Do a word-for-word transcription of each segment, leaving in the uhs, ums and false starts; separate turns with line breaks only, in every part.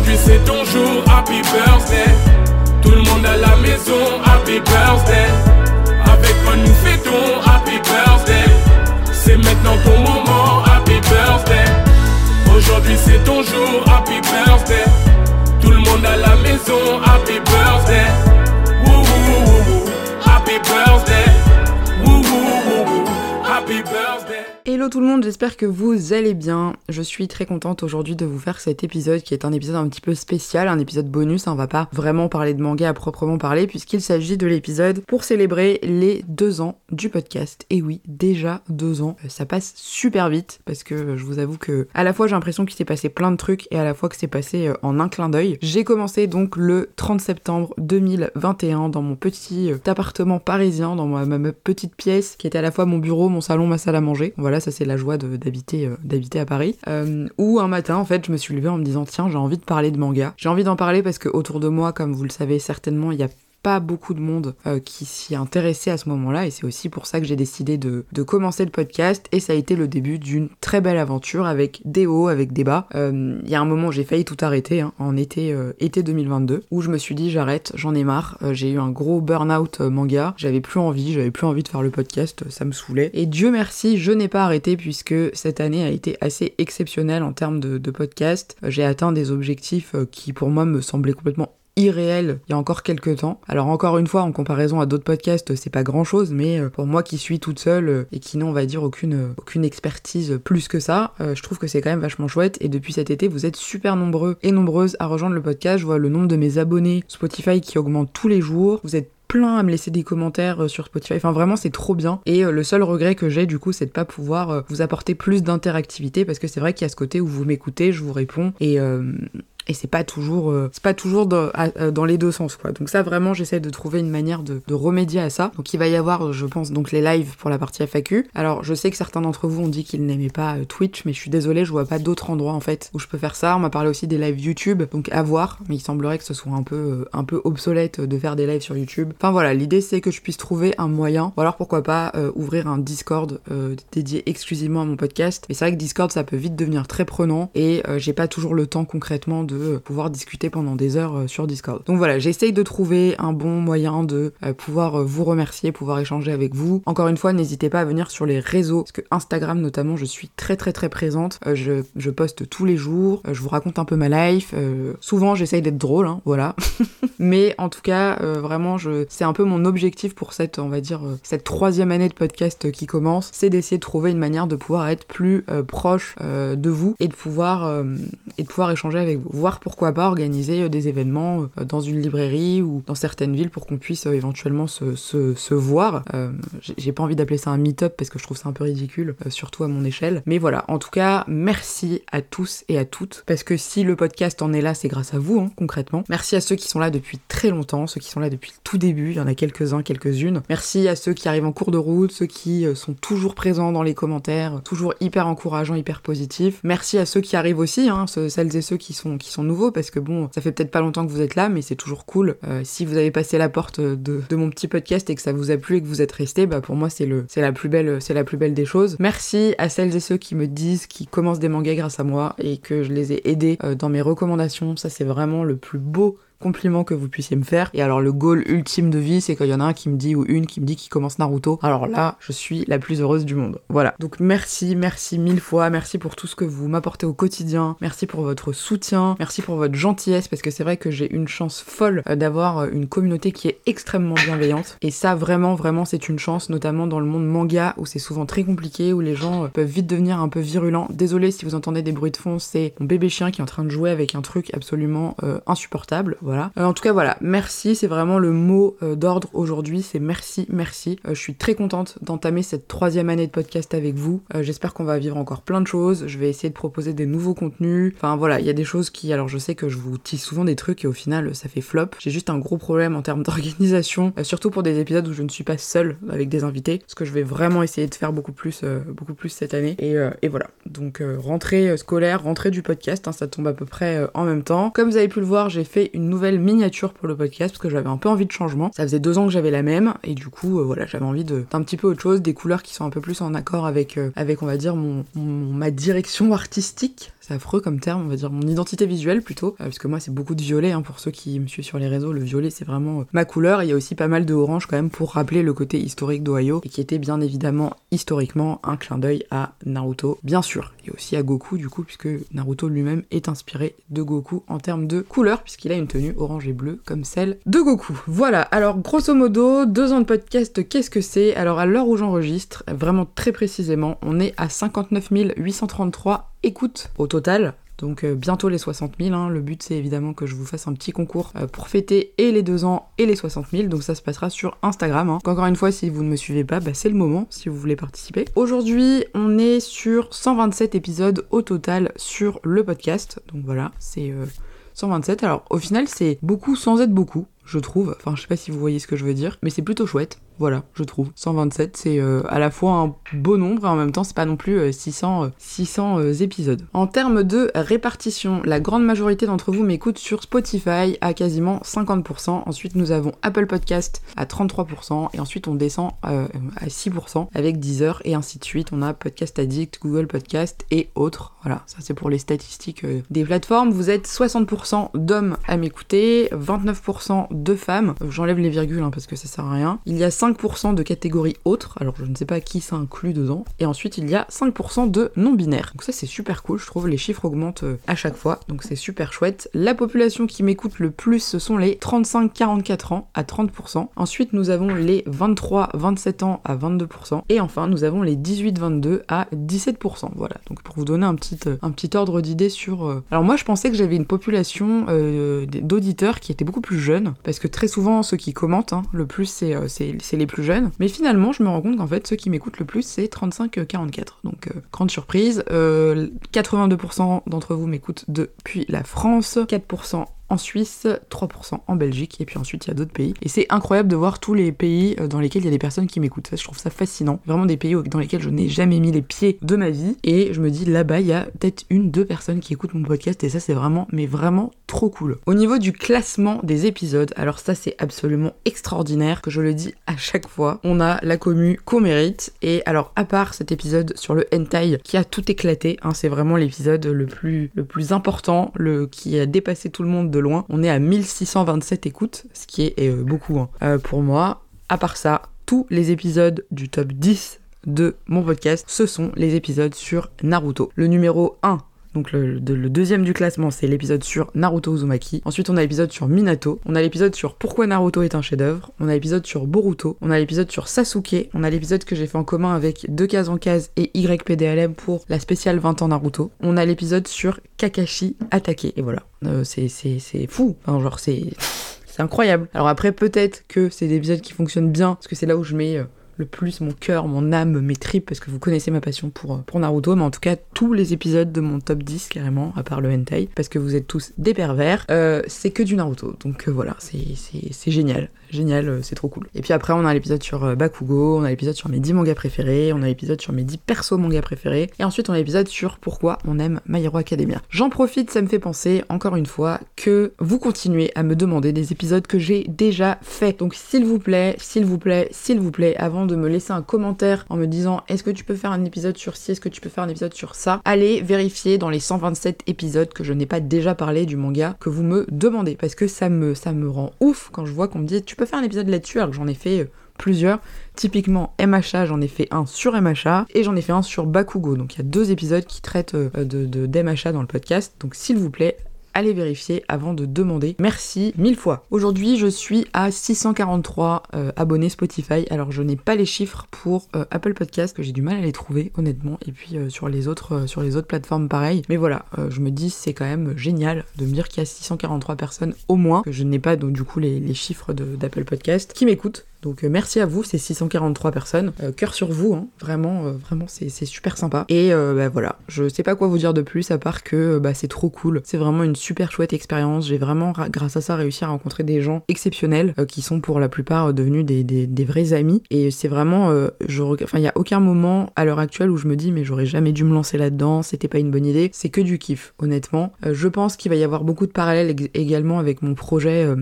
Aujourd'hui c'est ton jour, happy birthday. Tout le monde à la maison, happy birthday. Avec moi nous fêtons, happy birthday. C'est maintenant ton moment, happy birthday. Aujourd'hui c'est ton jour, happy birthday. Tout le monde à la maison, happy birthday. Woo woo woo woo, happy birthday. Woo woo woo woo, happy birthday.
Hello tout le monde, j'espère que vous allez bien. Je suis très contente aujourd'hui de vous faire cet épisode qui est un épisode un petit peu spécial, un épisode bonus. On va pas vraiment parler de manga à proprement parler puisqu'il s'agit de l'épisode pour célébrer les deux ans du podcast. Et oui, déjà deux ans, ça passe super vite parce que je vous avoue que à la fois j'ai l'impression qu'il s'est passé plein de trucs et à la fois que c'est passé en un clin d'œil. J'ai commencé donc le trente septembre deux mille vingt et un dans mon petit appartement parisien, dans ma, ma, ma petite pièce qui était à la fois mon bureau, mon salon, ma salle à manger. Voilà, ça c'est la joie de, d'habiter, euh, d'habiter à Paris. Euh, où un matin, en fait, je me suis levée en me disant tiens, j'ai envie de parler de manga. J'ai envie d'en parler parce que autour de moi, comme vous le savez certainement, il y a pas beaucoup de monde euh, qui s'y intéressait à ce moment-là et c'est aussi pour ça que j'ai décidé de, de commencer le podcast et ça a été le début d'une très belle aventure avec des hauts, avec des bas. Il euh, y a un moment où j'ai failli tout arrêter hein, en été, euh, été deux mille vingt-deux où je me suis dit j'arrête, j'en ai marre, euh, j'ai eu un gros burn-out euh, manga, j'avais plus envie, j'avais plus envie de faire le podcast, ça me saoulait et Dieu merci je n'ai pas arrêté puisque cette année a été assez exceptionnelle en termes de, de podcast. Euh, j'ai atteint des objectifs euh, qui pour moi me semblaient complètement irréel il y a encore quelques temps. Alors encore une fois, en comparaison à d'autres podcasts, c'est pas grand chose, mais pour moi qui suis toute seule et qui n'ont, on va dire, aucune, aucune expertise plus que ça, euh, je trouve que c'est quand même vachement chouette et depuis cet été, vous êtes super nombreux et nombreuses à rejoindre le podcast. Je vois le nombre de mes abonnés Spotify qui augmente tous les jours. Vous êtes plein à me laisser des commentaires sur Spotify, enfin vraiment c'est trop bien et euh, le seul regret que j'ai du coup c'est de pas pouvoir euh, vous apporter plus d'interactivité parce que c'est vrai qu'il y a ce côté où vous m'écoutez, je vous réponds et euh, et c'est pas toujours euh, c'est pas toujours dans, à, dans les deux sens quoi. Donc ça vraiment j'essaie de trouver une manière de, de remédier à ça. Donc il va y avoir je pense donc les lives pour la partie F A Q. Alors je sais que certains d'entre vous ont dit qu'ils n'aimaient pas euh, Twitch mais je suis désolée, je vois pas d'autres endroits en fait où je peux faire ça. On m'a parlé aussi des lives YouTube, donc à voir, mais il semblerait que ce soit un peu euh, un peu obsolète de faire des lives sur YouTube. Enfin voilà, l'idée c'est que je puisse trouver un moyen, ou alors pourquoi pas euh, ouvrir un Discord euh, dédié exclusivement à mon podcast. Mais c'est vrai que Discord ça peut vite devenir très prenant et euh, j'ai pas toujours le temps concrètement de euh, pouvoir discuter pendant des heures euh, sur Discord. Donc voilà, j'essaye de trouver un bon moyen de euh, pouvoir euh, vous remercier, pouvoir échanger avec vous. Encore une fois, n'hésitez pas à venir sur les réseaux, parce que Instagram notamment, je suis très très très présente. Euh, je, je poste tous les jours, euh, je vous raconte un peu ma life. Euh, souvent j'essaye d'être drôle, hein, voilà. Mais en tout cas, euh, vraiment, je, c'est un peu mon objectif pour cette, on va dire, euh, cette troisième année de podcast qui commence, c'est d'essayer de trouver une manière de pouvoir être plus euh, proche euh, de vous et de pouvoir euh, et de pouvoir échanger avec vous. Voir pourquoi pas organiser euh, des événements euh, dans une librairie ou dans certaines villes pour qu'on puisse euh, éventuellement se, se, se voir. Euh, j'ai, j'ai pas envie d'appeler ça un meet-up parce que je trouve ça un peu ridicule, euh, surtout à mon échelle. Mais voilà, en tout cas, merci à tous et à toutes, parce que si le podcast en est là, c'est grâce à vous, hein, concrètement. Merci à ceux qui sont là depuis très longtemps, ceux qui sont là depuis le tout début, il y en a quelques-uns, quelques-unes. Merci à ceux qui arrivent en cours de route, ceux qui euh, sont toujours présents dans les commentaires, toujours hyper encourageants, hyper positifs. Merci à ceux qui arrivent aussi, hein, ceux, celles et ceux qui sont, qui sont nouveaux, parce que bon, ça fait peut-être pas longtemps que vous êtes là, mais c'est toujours cool. Euh, si vous avez passé la porte de, de mon petit podcast et que ça vous a plu et que vous êtes restés, bah pour moi c'est le, c'est la plus belle, c'est la plus belle des choses. Merci à celles et ceux qui me disent qu'ils commencent des mangas grâce à moi et que je les ai aidés euh, dans mes recommandations. Ça c'est vraiment le plus beau compliment que vous puissiez me faire. Et alors le goal ultime de vie, c'est qu'il y en a un qui me dit, ou une qui me dit qu'il commence Naruto. Alors là, je suis la plus heureuse du monde. Voilà. Donc merci, merci mille fois, merci pour tout ce que vous m'apportez au quotidien, merci pour votre soutien, merci pour votre gentillesse, parce que c'est vrai que j'ai une chance folle d'avoir une communauté qui est extrêmement bienveillante. Et ça, vraiment, vraiment, c'est une chance, notamment dans le monde manga, où c'est souvent très compliqué, où les gens peuvent vite devenir un peu virulents. Désolée si vous entendez des bruits de fond, c'est mon bébé chien qui est en train de jouer avec un truc absolument euh, insupportable. Voilà. Euh, en tout cas, voilà, merci, c'est vraiment le mot euh, d'ordre aujourd'hui, c'est merci, merci. Euh, je suis très contente d'entamer cette troisième année de podcast avec vous. Euh, j'espère qu'on va vivre encore plein de choses. Je vais essayer de proposer des nouveaux contenus. Enfin voilà, il y a des choses qui, alors je sais que je vous tisse souvent des trucs et au final ça fait flop. J'ai juste un gros problème en termes d'organisation, euh, surtout pour des épisodes où je ne suis pas seule avec des invités, ce que je vais vraiment essayer de faire beaucoup plus, euh, beaucoup plus cette année. Et, euh, et voilà. Donc euh, rentrée scolaire, rentrée du podcast, hein, ça tombe à peu près euh, en même temps. Comme vous avez pu le voir, j'ai fait une nouvelle mini miniature pour le podcast parce que j'avais un peu envie de changement. Ça faisait deux ans que j'avais la même et du coup euh, voilà, j'avais envie de d'un petit peu autre chose, des couleurs qui sont un peu plus en accord avec euh, avec on va dire mon, mon ma direction artistique. c'est affreux comme terme, on va dire mon identité visuelle plutôt, euh, parce que moi c'est beaucoup de violet, hein, pour ceux qui me suivent sur les réseaux, le violet c'est vraiment euh, ma couleur. Il y a aussi pas mal de orange quand même pour rappeler le côté historique d'Ohio, et qui était bien évidemment historiquement un clin d'œil à Naruto, bien sûr, et aussi à Goku du coup, puisque Naruto lui-même est inspiré de Goku en termes de couleur, puisqu'il a une tenue orange et bleue comme celle de Goku. Voilà, alors grosso modo, deux ans de podcast, qu'est-ce que c'est? Alors à l'heure où j'enregistre, vraiment très précisément, on est à cinquante-neuf mille huit cent trente-trois écoutes au total. Donc euh, bientôt les soixante mille, hein. Le but c'est évidemment que je vous fasse un petit concours euh, pour fêter et les deux ans et les soixante mille, donc ça se passera sur Instagram, hein. Encore une fois, si vous ne me suivez pas, bah, c'est le moment si vous voulez participer. Aujourd'hui on est sur cent vingt-sept épisodes au total sur le podcast, donc voilà, c'est euh, cent vingt-sept, alors au final c'est beaucoup sans être beaucoup, je trouve, enfin je sais pas si vous voyez ce que je veux dire, mais c'est plutôt chouette. Voilà, je trouve. cent vingt-sept, c'est euh, à la fois un beau nombre et en même temps, c'est pas non plus euh, six cents, euh, six cents euh, épisodes. En termes de répartition, la grande majorité d'entre vous m'écoutent sur Spotify à quasiment cinquante pour cent. Ensuite, nous avons Apple Podcast à trente-trois pour cent. Et ensuite, on descend euh, à six pour cent avec Deezer et ainsi de suite. On a Podcast Addict, Google Podcast et autres. Voilà, ça c'est pour les statistiques euh, des plateformes. Vous êtes soixante pour cent d'hommes à m'écouter, vingt-neuf pour cent de femmes. J'enlève les virgules hein, parce que ça sert à rien. Il y a cinq pour cent de catégories autres, alors je ne sais pas qui ça inclut dedans, et ensuite il y a cinq pour cent de non-binaires. Donc ça c'est super cool, je trouve, les chiffres augmentent à chaque fois, donc c'est super chouette. La population qui m'écoute le plus, ce sont les trente-cinq quarante-quatre ans à trente pour cent. Ensuite nous avons les vingt-trois vingt-sept ans à vingt-deux pour cent, et enfin nous avons les dix-huit vingt-deux à dix-sept pour cent. Voilà, donc pour vous donner un petit, un petit ordre d'idée sur... Euh... Alors moi je pensais que j'avais une population euh, d'auditeurs qui était beaucoup plus jeune, parce que très souvent ceux qui commentent, hein, le plus c'est, euh, c'est, c'est les plus jeunes, mais finalement je me rends compte qu'en fait ceux qui m'écoutent le plus c'est trente-cinq quarante-quatre, donc euh, grande surprise. euh, quatre-vingt-deux pour cent d'entre vous m'écoutent depuis la France, quatre pour cent en Suisse, trois pour cent en Belgique, et puis ensuite il y a d'autres pays. Et c'est incroyable de voir tous les pays dans lesquels il y a des personnes qui m'écoutent. Ça, je trouve ça fascinant. Vraiment des pays dans lesquels je n'ai jamais mis les pieds de ma vie. Et je me dis, là-bas, il y a peut-être une, deux personnes qui écoutent mon podcast, et ça, c'est vraiment, mais vraiment trop cool. Au niveau du classement des épisodes, alors ça, c'est absolument extraordinaire, que je le dis à chaque fois. On a la commu qu'on mérite, et alors, à part cet épisode sur le hentai, qui a tout éclaté, hein, c'est vraiment l'épisode le plus, le plus important, le, qui a dépassé tout le monde de loin. On est à mille six cent vingt-sept écoutes, ce qui est euh, beaucoup hein. euh, pour moi. À part ça, tous les épisodes du top dix de mon podcast, ce sont les épisodes sur Naruto. Le numéro un, donc le, le, le deuxième du classement, c'est l'épisode sur Naruto Uzumaki. Ensuite, on a l'épisode sur Minato. On a l'épisode sur Pourquoi Naruto est un chef-d'œuvre. On a l'épisode sur Boruto. On a l'épisode sur Sasuke. On a l'épisode que j'ai fait en commun avec deux cases en case et Y P D L M pour la spéciale vingt ans Naruto. On a l'épisode sur Kakashi attaqué. Et voilà. Euh, c'est, c'est, c'est fou. Enfin, genre, c'est... c'est incroyable. Alors après, peut-être que c'est des épisodes qui fonctionnent bien, parce que c'est là où je mets... Euh, le plus mon cœur, mon âme, mes tripes, parce que vous connaissez ma passion pour, pour Naruto, mais en tout cas tous les épisodes de mon top dix carrément, à part le hentai, parce que vous êtes tous des pervers, euh, c'est que du Naruto, donc euh, voilà, c'est, c'est, c'est génial, génial, euh, c'est trop cool. Et puis après on a l'épisode sur euh, Bakugo, on a l'épisode sur mes dix mangas préférés, on a l'épisode sur mes dix persos mangas préférés, et ensuite on a l'épisode sur pourquoi on aime My Hero Academia. J'en profite, ça me fait penser, encore une fois, que vous continuez à me demander des épisodes que j'ai déjà faits, donc s'il vous plaît, s'il vous plaît, s'il vous plaît, avant de me laisser un commentaire en me disant est-ce que tu peux faire un épisode sur ci, est-ce que tu peux faire un épisode sur ça, allez vérifier dans les cent vingt-sept épisodes que je n'ai pas déjà parlé du manga que vous me demandez, parce que ça me, ça me rend ouf quand je vois qu'on me dit tu peux faire un épisode là-dessus, alors que j'en ai fait euh, plusieurs. Typiquement M H A, j'en ai fait un sur M H A et j'en ai fait un sur Bakugo, donc il y a deux épisodes qui traitent euh, de, de, d'M H A dans le podcast, donc s'il vous plaît allez vérifier avant de demander. Merci mille fois. Aujourd'hui, je suis à six cent quarante-trois euh, abonnés Spotify. Alors, je n'ai pas les chiffres pour euh, Apple Podcast, que j'ai du mal à les trouver, honnêtement. Et puis, euh, sur, les autres, euh, sur les autres plateformes, pareil. Mais voilà, euh, je me dis, c'est quand même génial de me dire qu'il y a six cent quarante-trois personnes au moins, que je n'ai pas, donc du coup, les, les chiffres de, d'Apple Podcast, qui m'écoutent. Donc euh, merci à vous, ces six cent quarante-trois personnes. Euh, cœur sur vous, hein. Vraiment, euh, vraiment, c'est, c'est super sympa. Et euh, bah voilà, je sais pas quoi vous dire de plus, à part que bah, c'est trop cool. C'est vraiment une super chouette expérience. J'ai vraiment, grâce à ça, réussi à rencontrer des gens exceptionnels, euh, qui sont pour la plupart devenus des, des, des vrais amis. Et c'est vraiment, euh, je, enfin, il y a aucun moment à l'heure actuelle où je me dis, mais j'aurais jamais dû me lancer là-dedans, c'était pas une bonne idée. C'est que du kiff, honnêtement. Euh, je pense qu'il va y avoir beaucoup de parallèles ég- également avec mon projet... Euh,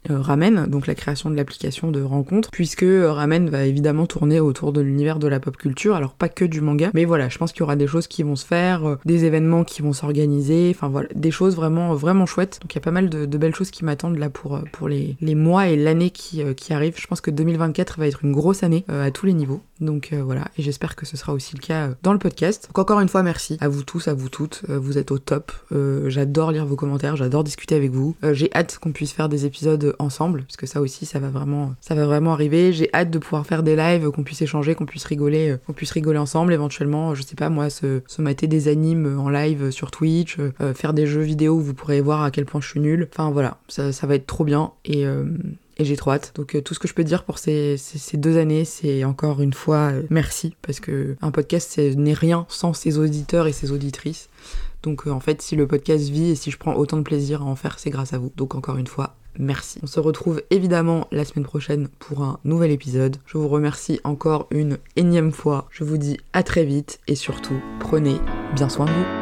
euh, Ramen, donc la création de l'application de rencontre, puisque euh, Ramen va évidemment tourner autour de l'univers de la pop culture, alors pas que du manga, mais voilà, je pense qu'il y aura des choses qui vont se faire, euh, des événements qui vont s'organiser, enfin voilà, des choses vraiment vraiment chouettes. Donc il y a pas mal de, de belles choses qui m'attendent là pour, euh, pour les, les mois et l'année qui, euh, qui arrive. Je pense que deux mille vingt-quatre va être une grosse année euh, à tous les niveaux. Donc euh, voilà, et j'espère que ce sera aussi le cas euh, dans le podcast. Donc encore une fois, merci à vous tous, à vous toutes, euh, vous êtes au top. Euh, j'adore lire vos commentaires, j'adore discuter avec vous. Euh, j'ai hâte qu'on puisse faire des épisodes ensemble, parce que ça aussi, ça va vraiment, ça va vraiment arriver. J'ai hâte de pouvoir faire des lives, qu'on puisse échanger, qu'on puisse rigoler, euh, qu'on puisse rigoler ensemble. Éventuellement, je sais pas moi, se, se mater des animes en live sur Twitch, euh, faire des jeux vidéo où vous pourrez voir à quel point je suis nulle. Enfin voilà, ça, ça va être trop bien et euh, Et j'ai trop hâte. Donc euh, tout ce que je peux dire pour ces, ces, ces deux années, c'est encore une fois euh, merci, parce que un podcast, ce n'est rien sans ses auditeurs et ses auditrices. Donc euh, en fait, si le podcast vit et si je prends autant de plaisir à en faire, c'est grâce à vous. Donc encore une fois, merci. On se retrouve évidemment la semaine prochaine pour un nouvel épisode. Je vous remercie encore une énième fois. Je vous dis à très vite et surtout, prenez bien soin de vous.